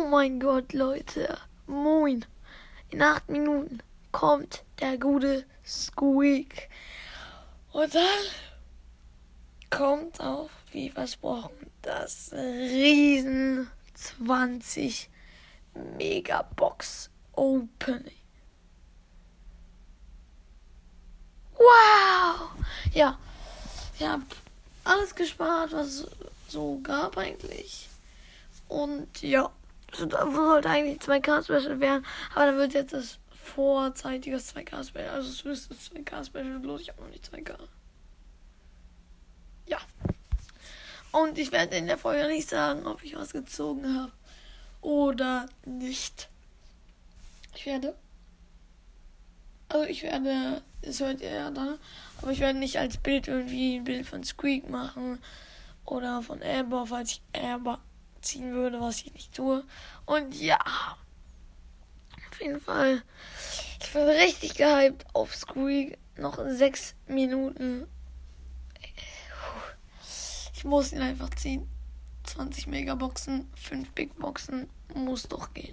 mein Gott, Leute. Moin. In 8 Minuten kommt der gute Squeak. Und dann kommt auch, wie versprochen, das riesen 20 Megabox Opening. Wow! Ja, ich habe alles gespart, was es so gab eigentlich. Und ja, da sollte eigentlich 2K-Special werden, aber dann wird jetzt das vorzeitiges 2K-Special, also es müsste 2K-Special, bloß ich habe noch nicht 2K. Ja. Und ich werde in der Folge nicht sagen, ob ich was gezogen habe oder nicht. Es hört ihr ja dann, aber ich werde nicht als Bild irgendwie ein Bild von Squeak machen oder von Amber, falls ich Amber ziehen würde, was ich nicht tue. Und ja, auf jeden Fall, ich bin richtig gehypt auf Squeak. Noch 6 Minuten. Ich muss ihn einfach ziehen. 20 Megaboxen, 5 Big Boxen, muss doch gehen.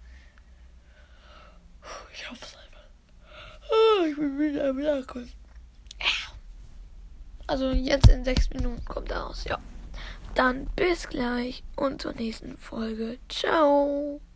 Ich hoffe es einfach. Ich bin wieder am Nachkommen. Also jetzt in 6 Minuten kommt er raus, ja. Dann bis gleich und zur nächsten Folge. Ciao.